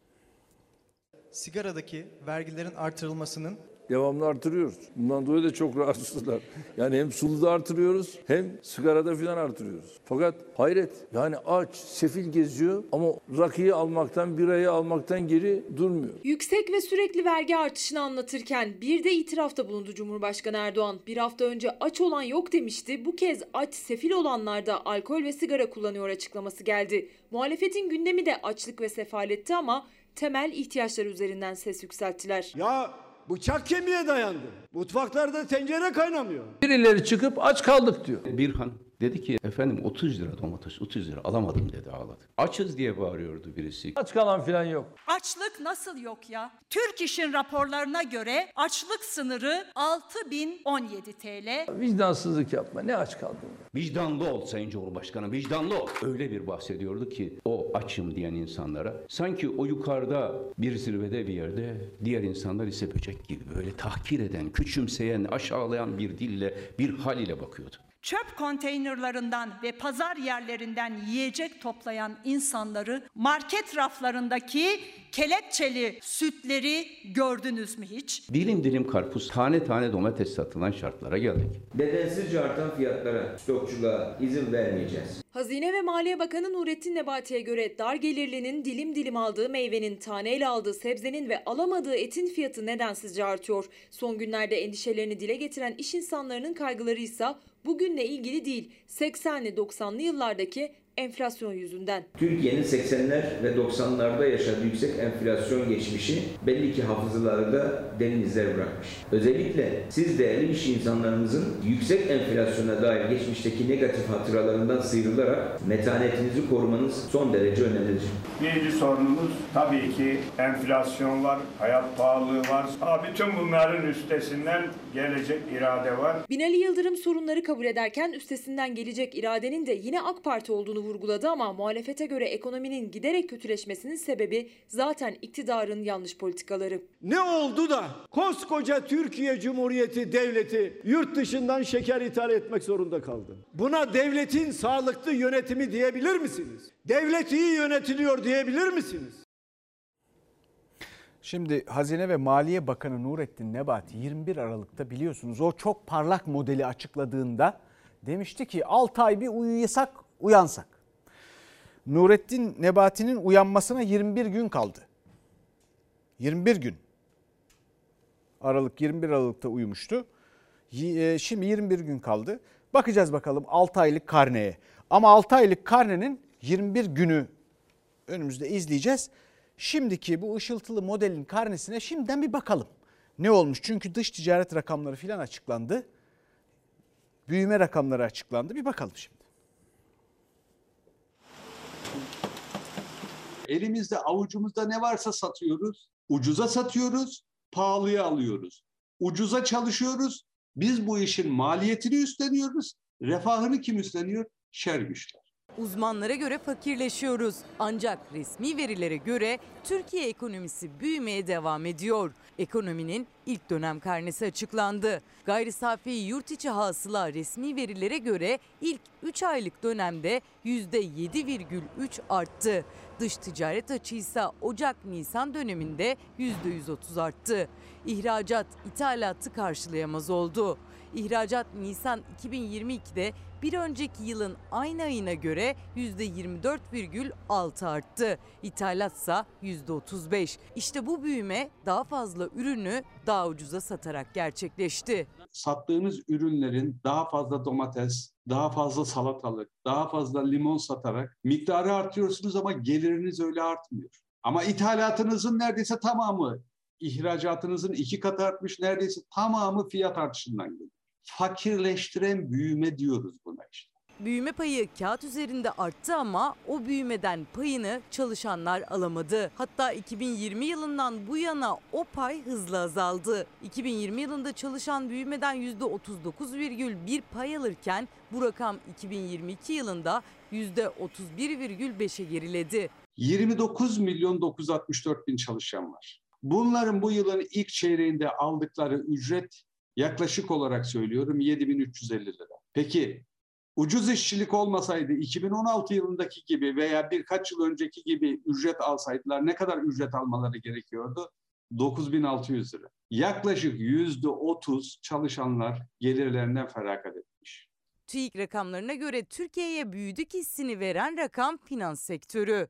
Sigaradaki vergilerin artırılmasının Devamlı artırıyoruz. Bundan dolayı da çok rahatsızlar. Yani hem suluda artırıyoruz hem sigarada filan artırıyoruz. Fakat hayret, yani aç, sefil geziyor ama rakıyı almaktan, birayı almaktan geri durmuyor. Yüksek ve sürekli vergi artışını anlatırken bir de itirafta bulundu Cumhurbaşkanı Erdoğan. Bir hafta önce aç olan yok demişti. Bu kez aç, sefil olanlar da alkol ve sigara kullanıyor açıklaması geldi. Muhalefetin gündemi de açlık ve sefaletti ama temel ihtiyaçlar üzerinden ses yükselttiler. Ya bıçak kemiğe dayandı. Mutfaklarda tencere kaynamıyor. Birileri çıkıp aç kaldık diyor. Birhan dedi ki efendim 30 lira domates, 30 lira alamadım dedi, ağladı. Açız diye bağırıyordu birisi. Aç kalan filan yok. Açlık nasıl yok ya? Türk İş'in raporlarına göre açlık sınırı 6.017 TL. Vicdansızlık yapma, ne aç kaldın? Vicdanlı ol Sayın Cumhurbaşkanı, vicdanlı ol. Öyle bir bahsediyordu ki o açım diyen insanlara sanki o yukarıda bir zirvede bir yerde, diğer insanlar ise böcek gibi böyle tahkir eden, küçümseyen, aşağılayan bir dille, bir hal ile bakıyordu. Çöp konteynerlarından ve pazar yerlerinden yiyecek toplayan insanları market raflarındaki kelepçeli sütleri gördünüz mü hiç? Dilim dilim karpuz, tane tane domates satılan şartlara geldik. Bedensizce artan fiyatlara, stokçuluğa izin vermeyeceğiz. Hazine ve Maliye Bakanı Nurettin Nebati'ye göre dar gelirlinin dilim dilim aldığı meyvenin, taneyle aldığı sebzenin ve alamadığı etin fiyatı nedensizce artıyor. Son günlerde endişelerini dile getiren iş insanlarının kaygıları ise bugünle ilgili değil, 80'li 90'lı yıllardaki enflasyon yüzünden. Türkiye'nin 80'ler ve 90'larda yaşadığı yüksek enflasyon geçmişi belli ki hafızalarında derin izler bırakmış. Özellikle siz değerli iş insanlarımızın yüksek enflasyona dair geçmişteki negatif hatıralarından sıyrılarak metanetinizi korumanız son derece önemlidir. Birinci sorunumuz tabii ki enflasyon var, hayat pahalılığı var. Ama bütün bunların üstesinden gelecek irade var. Binali Yıldırım sorunları kabul ederken üstesinden gelecek iradenin de yine AK Parti olduğunu vurguladı ama muhalefete göre ekonominin giderek kötüleşmesinin sebebi zaten iktidarın yanlış politikaları. Ne oldu da koskoca Türkiye Cumhuriyeti Devleti yurt dışından şeker ithal etmek zorunda kaldı? Buna devletin sağlıklı yönetimi diyebilir misiniz? Devlet iyi yönetiliyor diyebilir misiniz? Şimdi Hazine ve Maliye Bakanı Nurettin Nebati 21 Aralık'ta biliyorsunuz o çok parlak modeli açıkladığında demişti ki 6 ay bir uyuyasak uyansak. Nurettin Nebati'nin uyanmasına 21 gün kaldı. 21 gün. 21 Aralık'ta uyumuştu. Şimdi 21 gün kaldı. Bakacağız bakalım 6 aylık karneye. Ama 6 aylık karnenin 21 günü önümüzde izleyeceğiz. Şimdiki bu ışıltılı modelin karnesine şimdiden bir bakalım. Ne olmuş? Çünkü dış ticaret rakamları filan açıklandı. Büyüme rakamları açıklandı. Bir bakalım şimdi. Elimizde, avucumuzda ne varsa satıyoruz. Ucuza satıyoruz, pahalıya alıyoruz. Ucuza çalışıyoruz. Biz bu işin maliyetini üstleniyoruz. Refahını kim üstleniyor? Şer güçler. Uzmanlara göre fakirleşiyoruz. Ancak resmi verilere göre Türkiye ekonomisi büyümeye devam ediyor. Ekonominin ilk dönem karnesi açıklandı. Gayri safi yurt içi hasıla resmi verilere göre ilk 3 aylık dönemde %7,3 arttı. Dış ticaret açıysa Ocak-Nisan döneminde %130 arttı. İhracat ithalatı karşılayamaz oldu. İhracat Nisan 2022'de bir önceki yılın aynı ayına göre %24,6 arttı. İthalatsa %35. İşte bu büyüme daha fazla ürünü daha ucuza satarak gerçekleşti. Sattığınız ürünlerin daha fazla domates, daha fazla salatalık, daha fazla limon satarak miktarı artıyorsunuz ama geliriniz öyle artmıyor. Ama ithalatınızın neredeyse tamamı, ihracatınızın 2 katı artmış, neredeyse tamamı fiyat artışından geliyor. Fakirleştiren büyüme diyoruz buna işte. Büyüme payı kağıt üzerinde arttı ama o büyümeden payını çalışanlar alamadı. Hatta 2020 yılından bu yana o pay hızla azaldı. 2020 yılında çalışan büyümeden %39,1 pay alırken bu rakam 2022 yılında %31,5'e geriledi. 29.964.000 çalışan var. Bunların bu yılın ilk çeyreğinde aldıkları ücret yaklaşık olarak söylüyorum 7.350 lira. Peki ucuz işçilik olmasaydı 2016 yılındaki gibi veya birkaç yıl önceki gibi ücret alsaydılar ne kadar ücret almaları gerekiyordu? 9.600 lira. Yaklaşık %30 çalışanlar gelirlerinden feragat etmiş. TÜİK rakamlarına göre Türkiye'ye büyüdük hissini veren rakam finans sektörü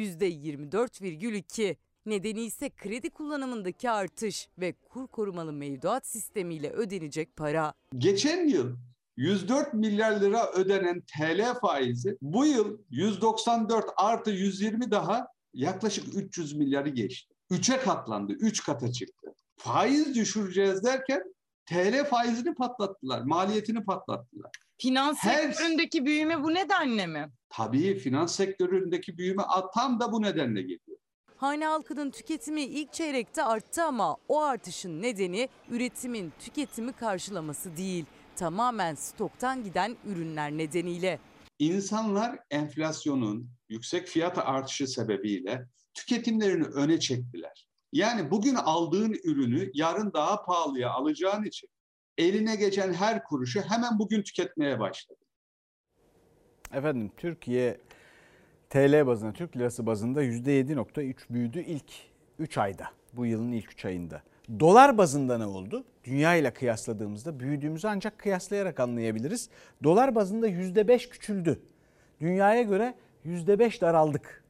%24,2. Nedeni ise kredi kullanımındaki artış ve kur korumalı mevduat sistemiyle ödenecek para. Geçen yıl 104 milyar lira ödenen TL faizi bu yıl 194 artı 120 daha yaklaşık 300 milyarı geçti. 3'e katlandı, 3 kata çıktı. Faiz düşüreceğiz derken TL faizini patlattılar, maliyetini patlattılar. Finans sektöründeki büyüme bu nedenle mi? Tabii finans sektöründeki büyüme tam da bu nedenle geliyor. Hane halkının tüketimi ilk çeyrekte arttı ama o artışın nedeni üretimin tüketimi karşılaması değil. Tamamen stoktan giden ürünler nedeniyle. İnsanlar enflasyonun yüksek fiyat artışı sebebiyle tüketimlerini öne çektiler. Yani bugün aldığın ürünü yarın daha pahalıya alacağın için eline geçen her kuruşu hemen bugün tüketmeye başladı. Efendim Türkiye TL bazında, Türk lirası bazında %7,3 büyüdü ilk 3 ayda. Bu yılın ilk 3 ayında. Dolar bazında ne oldu? Dünya ile kıyasladığımızda büyüdüğümüzü ancak kıyaslayarak anlayabiliriz. Dolar bazında %5 küçüldü. Dünyaya göre %5 daraldık.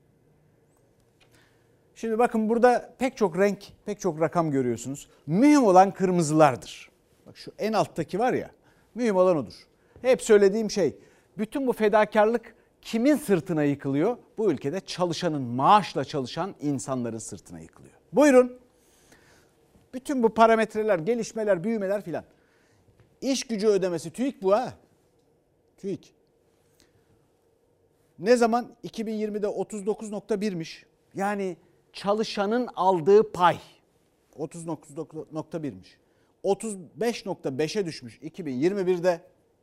Şimdi bakın burada pek çok renk, pek çok rakam görüyorsunuz. Mühim olan kırmızılardır. Bak şu en alttaki var ya, mühim olan odur. Hep söylediğim şey, bütün bu fedakarlık kimin sırtına yıkılıyor? Bu ülkede çalışanın, maaşla çalışan insanların sırtına yıkılıyor. Buyurun. Bütün bu parametreler, gelişmeler, büyümeler filan. İş gücü ödemesi TÜİK bu ha. TÜİK. Ne zaman? 2020'de 39,1'miş. Yani çalışanın aldığı pay 39,1'miş. 35,5'e düşmüş 2021'de.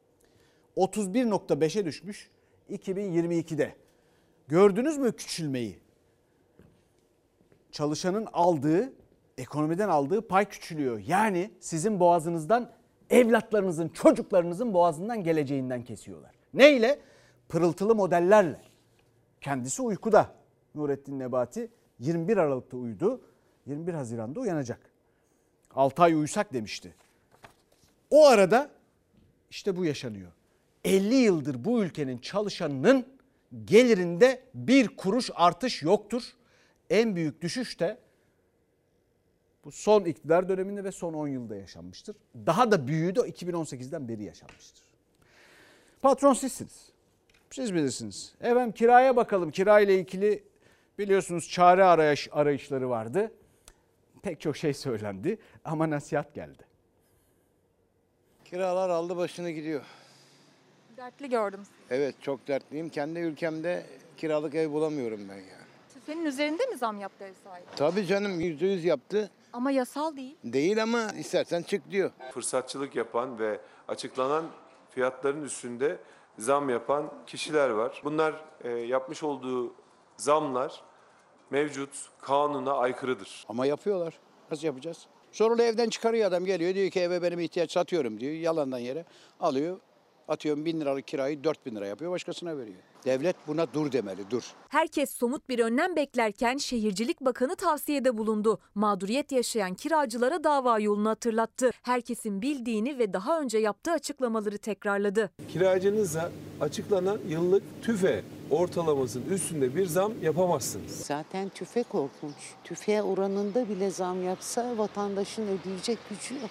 31,5'e düşmüş 2022'de. Gördünüz mü küçülmeyi? Çalışanın aldığı, ekonomiden aldığı pay küçülüyor. Yani sizin boğazınızdan, evlatlarınızın, çocuklarınızın boğazından, geleceğinden kesiyorlar. Neyle? Pırıltılı modellerle. Kendisi uykuda. Nurettin Nebati 21 Aralık'ta uyudu. 21 Haziran'da uyanacak. 6 ay uyusak demişti. O arada işte bu yaşanıyor. 50 yıldır bu ülkenin çalışanının gelirinde bir kuruş artış yoktur. En büyük düşüş de bu son iktidar döneminde ve son 10 yılda yaşanmıştır. Daha da büyüğü de 2018'den beri yaşanmıştır. Patron sizsiniz. Siz bilirsiniz. Efendim kiraya bakalım. Kira ile ilgili biliyorsunuz çare arayışları vardı. Pek çok şey söylendi ama nasihat geldi. Kiralar aldı başını gidiyor. Dertli gördüm sizi. Evet çok dertliyim. Kendi ülkemde kiralık ev bulamıyorum ben ya. TÜFE'nin üzerinde mi zam yaptı ev sahibi? Tabii canım %100 yaptı. Ama yasal değil. Değil ama istersen çık diyor. Fırsatçılık yapan ve açıklanan fiyatların üstünde zam yapan kişiler var. Bunlar yapmış olduğu zamlar mevcut kanuna aykırıdır. Ama yapıyorlar. Nasıl yapacağız? Sonra evden çıkarıyor adam geliyor diyor ki eve benim ihtiyaç satıyorum diyor. Yalandan yere alıyor. Atıyorum 1.000 liralık kirayı 4.000 lira yapıyor başkasına veriyor. Devlet buna dur demeli, dur. Herkes somut bir önlem beklerken Şehircilik Bakanı tavsiyede bulundu. Mağduriyet yaşayan kiracılara dava yolunu hatırlattı. Herkesin bildiğini ve daha önce yaptığı açıklamaları tekrarladı. Kiracınıza açıklanan yıllık TÜFE ortalamasının üstünde bir zam yapamazsınız. Zaten TÜFE korkunç. TÜFE oranında bile zam yapsa vatandaşın ödeyecek gücü yok.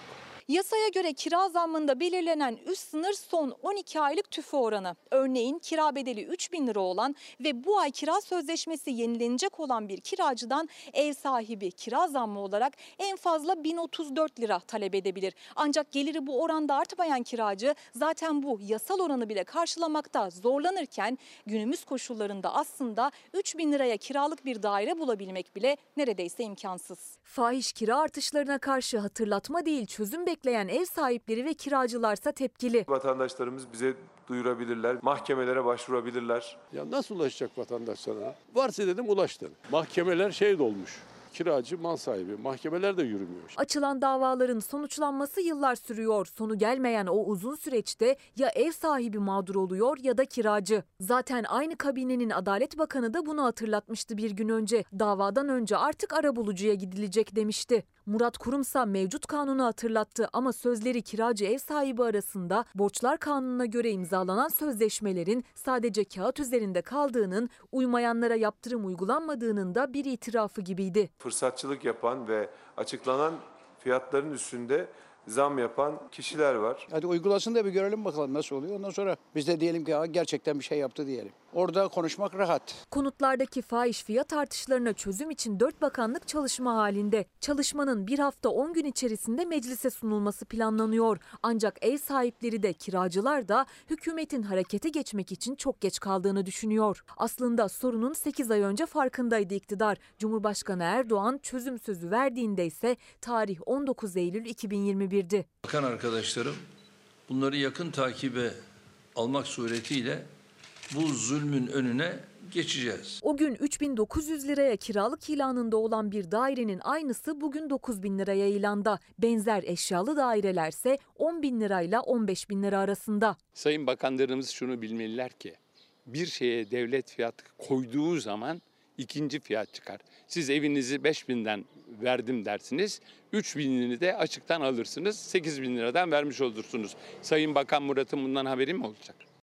Yasaya göre kira zammında belirlenen üst sınır son 12 aylık tüfe oranı. Örneğin kira bedeli 3.000 lira olan ve bu ay kira sözleşmesi yenilenecek olan bir kiracıdan ev sahibi kira zammı olarak en fazla 1034 lira talep edebilir. Ancak geliri bu oranda artmayan kiracı zaten bu yasal oranı bile karşılamakta zorlanırken günümüz koşullarında aslında 3.000 liraya kiralık bir daire bulabilmek bile neredeyse imkansız. Fahiş kira artışlarına karşı hatırlatma değil, çözüm bekleyen ev sahipleri ve kiracılarsa tepkili. Vatandaşlarımız bize duyurabilirler, mahkemelere başvurabilirler. Ya nasıl ulaşacak vatandaşlara? Varsa dedim ulaş dedim. Mahkemeler şey dolmuş. Kiracı, mal sahibi. Mahkemeler de yürümüyor. Açılan davaların sonuçlanması yıllar sürüyor. Sonu gelmeyen o uzun süreçte ya ev sahibi mağdur oluyor ya da kiracı. Zaten aynı kabinenin Adalet Bakanı da bunu hatırlatmıştı bir gün önce. Davadan önce artık arabulucuya gidilecek demişti. Murat Kurumsa mevcut kanunu hatırlattı ama sözleri kiracı ev sahibi arasında borçlar kanununa göre imzalanan sözleşmelerin sadece kağıt üzerinde kaldığının, uymayanlara yaptırım uygulanmadığının da bir itirafı gibiydi. Fırsatçılık yapan ve açıklanan fiyatların üstünde zam yapan kişiler var. Hadi uygulasın da bir görelim bakalım nasıl oluyor. Ondan sonra biz de diyelim ki gerçekten bir şey yaptı diyelim. Orada konuşmak rahat. Konutlardaki fahiş fiyat artışlarına çözüm için 4 bakanlık çalışma halinde. Çalışmanın bir hafta 10 gün içerisinde meclise sunulması planlanıyor. Ancak ev sahipleri de kiracılar da hükümetin harekete geçmek için çok geç kaldığını düşünüyor. Aslında sorunun 8 ay önce farkındaydı iktidar. Cumhurbaşkanı Erdoğan çözüm sözü verdiğinde ise tarih 19 Eylül 2021'di. Bakan arkadaşlarım bunları yakın takibe almak suretiyle bu zulmün önüne geçeceğiz. O gün 3.900 liraya kiralık ilanında olan bir dairenin aynısı bugün 9.000 liraya ilanda. Benzer eşyalı dairelerse 10.000 lirayla 15.000 lira arasında. Sayın bakanlarımız şunu bilmeliler ki bir şeye devlet fiyat koyduğu zaman ikinci fiyat çıkar. Siz evinizi 5.000'den verdim dersiniz, 3.000'ini de açıktan alırsınız, 8.000 liradan vermiş olursunuz. Sayın Bakan Murat'ın bundan haberi mi olacak?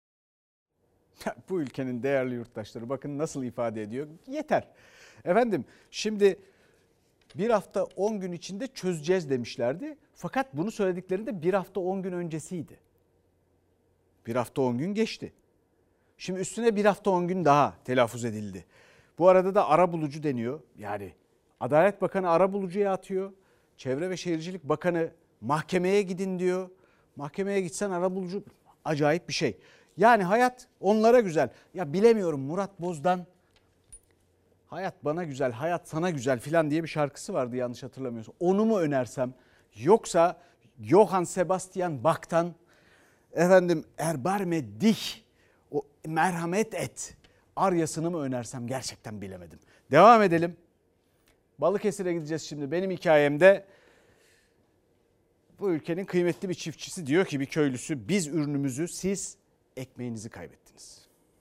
Bu ülkenin değerli yurttaşları bakın nasıl ifade ediyor. Yeter. Efendim şimdi bir hafta 10 gün içinde çözeceğiz demişlerdi. Fakat bunu söylediklerinde bir hafta 10 gün öncesiydi. Bir hafta 10 gün geçti. Şimdi üstüne bir hafta 10 gün daha telaffuz edildi. Bu arada da arabulucu deniyor. Yani Adalet Bakanı arabulucuya atıyor. Çevre ve Şehircilik Bakanı mahkemeye gidin diyor. Mahkemeye gitsen arabulucu acayip bir şey. Yani hayat onlara güzel. Ya bilemiyorum Murat Boz'dan hayat bana güzel, hayat sana güzel filan diye bir şarkısı vardı yanlış hatırlamıyorsam. Onu mu önersem yoksa Johann Sebastian Bach'tan efendim Erbarme dich, o merhamet et aryasını mı önersem gerçekten bilemedim. Devam edelim. Balıkesir'e gideceğiz şimdi. Benim hikayemde bu ülkenin kıymetli bir çiftçisi diyor ki bir köylüsü biz ürünümüzü siz ekmeğinizi kaybettiniz.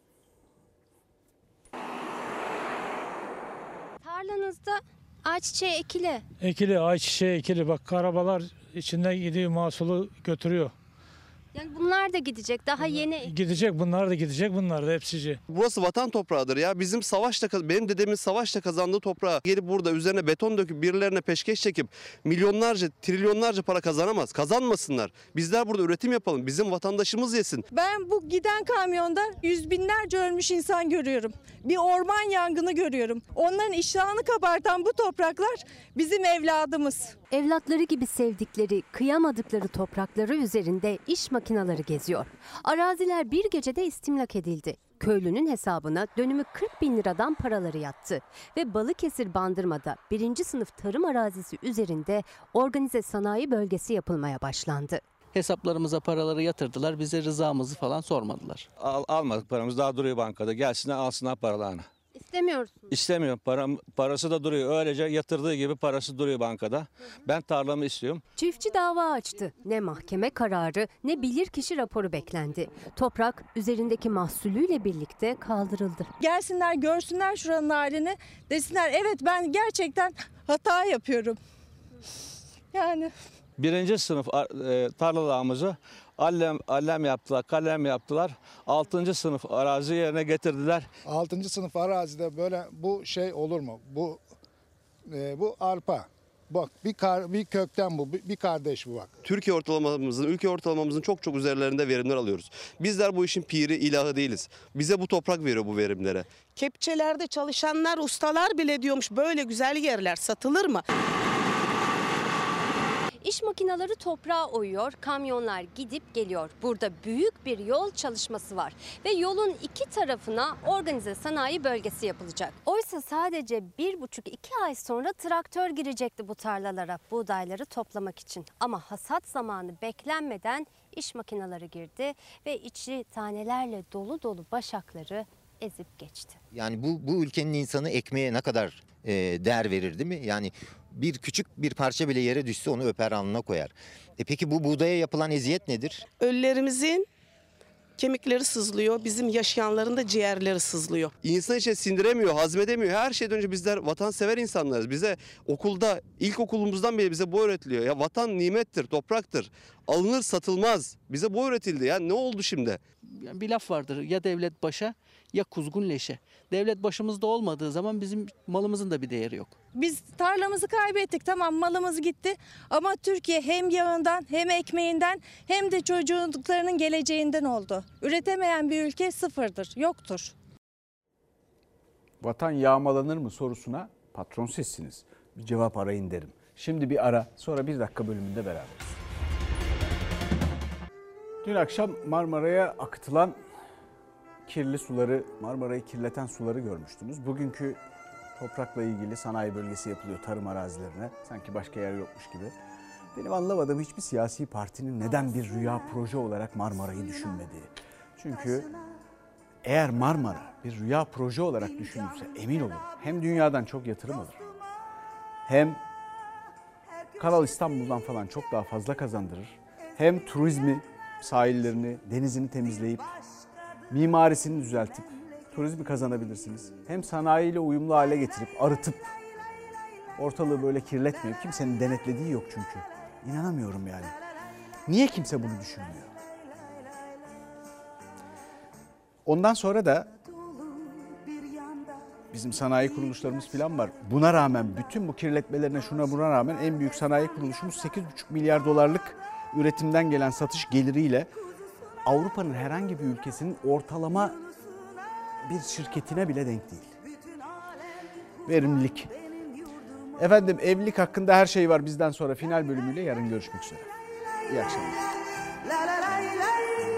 Tarlanızda ayçiçeği ekili. Ekili, ayçiçeği ekili. Bak arabalar içinden gidiyor, mahsulu götürüyor. Yani bunlar da gidecek. Daha yeni. Gidecek, bunlar da gidecek, bunlar da hepsici. Burası vatan toprağıdır ya. Bizim benim dedemin savaşla kazandığı toprağı gelip burada üzerine beton döküp birilerine peşkeş çekip milyonlarca, trilyonlarca para kazanamaz. Kazanmasınlar. Bizler burada üretim yapalım. Bizim vatandaşımız yesin. Ben bu giden kamyonda yüz binlerce ölmüş insan görüyorum. Bir orman yangını görüyorum. Onların iştahını kabartan bu topraklar bizim evladımız. Evlatları gibi sevdikleri, kıyamadıkları toprakları üzerinde iş makineleri geziyor. Araziler bir gecede istimlak edildi. Köylünün hesabına dönümü 40 bin liradan paraları yattı. Ve Balıkesir Bandırma'da 1. sınıf tarım arazisi üzerinde organize sanayi bölgesi yapılmaya başlandı. Hesaplarımıza paraları yatırdılar, bize rızamızı falan sormadılar. Almadık paramız, daha duruyor bankada. Gelsinler alsınlar paralarını. İstemiyorsun. İstemiyorum. Parası da duruyor. Öylece yatırdığı gibi parası duruyor bankada. Ben tarlamı istiyorum. Çiftçi dava açtı. Ne mahkeme kararı ne bilirkişi raporu beklendi. Toprak üzerindeki mahsulüyle birlikte kaldırıldı. Gelsinler görsünler şuranın halini. Desinler evet ben gerçekten hata yapıyorum. Yani. 1. sınıf tarlalarımızı allem yaptılar, kalem yaptılar. 6. sınıf arazi yerine getirdiler. 6. sınıf arazide böyle bu şey olur mu? Bu arpa. Bak bir kökten bu, bir kardeş bu bak. Türkiye ortalamamızın, ülke ortalamamızın çok çok üzerlerinde verimler alıyoruz. Bizler bu işin piri, ilahı değiliz. Bize bu toprak veriyor bu verimlere. Kepçelerde çalışanlar, ustalar bile diyormuş böyle güzel yerler satılır mı? İş makineleri toprağa oyuyor, kamyonlar gidip geliyor. Burada büyük bir yol çalışması var ve yolun iki tarafına organize sanayi bölgesi yapılacak. Oysa sadece 1,5-2 ay sonra traktör girecekti bu tarlalara buğdayları toplamak için. Ama hasat zamanı beklenmeden iş makineleri girdi ve içi tanelerle dolu dolu başakları ezip geçti. Yani bu ülkenin insanı ekmeğe ne kadar değer verir değil mi? Yani bir küçük bir parça bile yere düşse onu öper alnına koyar. Peki bu buğdaya yapılan eziyet nedir? Ölülerimizin kemikleri sızlıyor, bizim yaşayanların da ciğerleri sızlıyor. İnsan içine sindiremiyor, hazmedemiyor. Her şeyden önce bizler vatansever insanlarız. Bize okulda, ilkokulumuzdan beri bize bu öğretiliyor. Ya vatan nimettir, topraktır. Alınır satılmaz. Bize bu öğretildi. Ya ne oldu şimdi? Bir laf vardır, ya devlet başa ya kuzgun leşe. Devlet başımızda olmadığı zaman bizim malımızın da bir değeri yok. Biz tarlamızı kaybettik, tamam, malımız gitti ama Türkiye hem yağından hem ekmeğinden hem de çocuklarının geleceğinden oldu. Üretemeyen bir ülke sıfırdır, yoktur. Vatan yağmalanır mı sorusuna patron sizsiniz. Bir cevap arayın derim. Şimdi bir ara, sonra 1 dakika bölümünde beraberiz. Dün akşam Marmara'ya akıtılan kirli suları, Marmara'yı kirleten suları görmüştünüz. Bugünkü toprakla ilgili sanayi bölgesi yapılıyor tarım arazilerine. Sanki başka yer yokmuş gibi. Benim anlamadığım hiçbir siyasi partinin neden bir rüya proje olarak Marmara'yı düşünmediği. Çünkü eğer Marmara bir rüya proje olarak düşünülse emin olun hem dünyadan çok yatırım alır. Hem Kanal İstanbul'dan falan çok daha fazla kazandırır. Hem turizmi, sahillerini, denizini temizleyip mimarisini düzeltip turizmi kazanabilirsiniz. Hem sanayiyle uyumlu hale getirip arıtıp ortalığı böyle kirletmeyip, kimsenin denetlediği yok çünkü. İnanamıyorum yani. Niye kimse bunu düşünmüyor? Ondan sonra da bizim sanayi kuruluşlarımız falan var. Buna rağmen bütün bu kirletmelerine buna rağmen en büyük sanayi kuruluşumuz 8,5 milyar dolarlık üretimden gelen satış geliriyle Avrupa'nın herhangi bir ülkesinin ortalama bir şirketine bile denk değil. Verimlilik. Efendim evlilik hakkında her şey var bizden sonra final bölümüyle yarın görüşmek üzere. İyi akşamlar.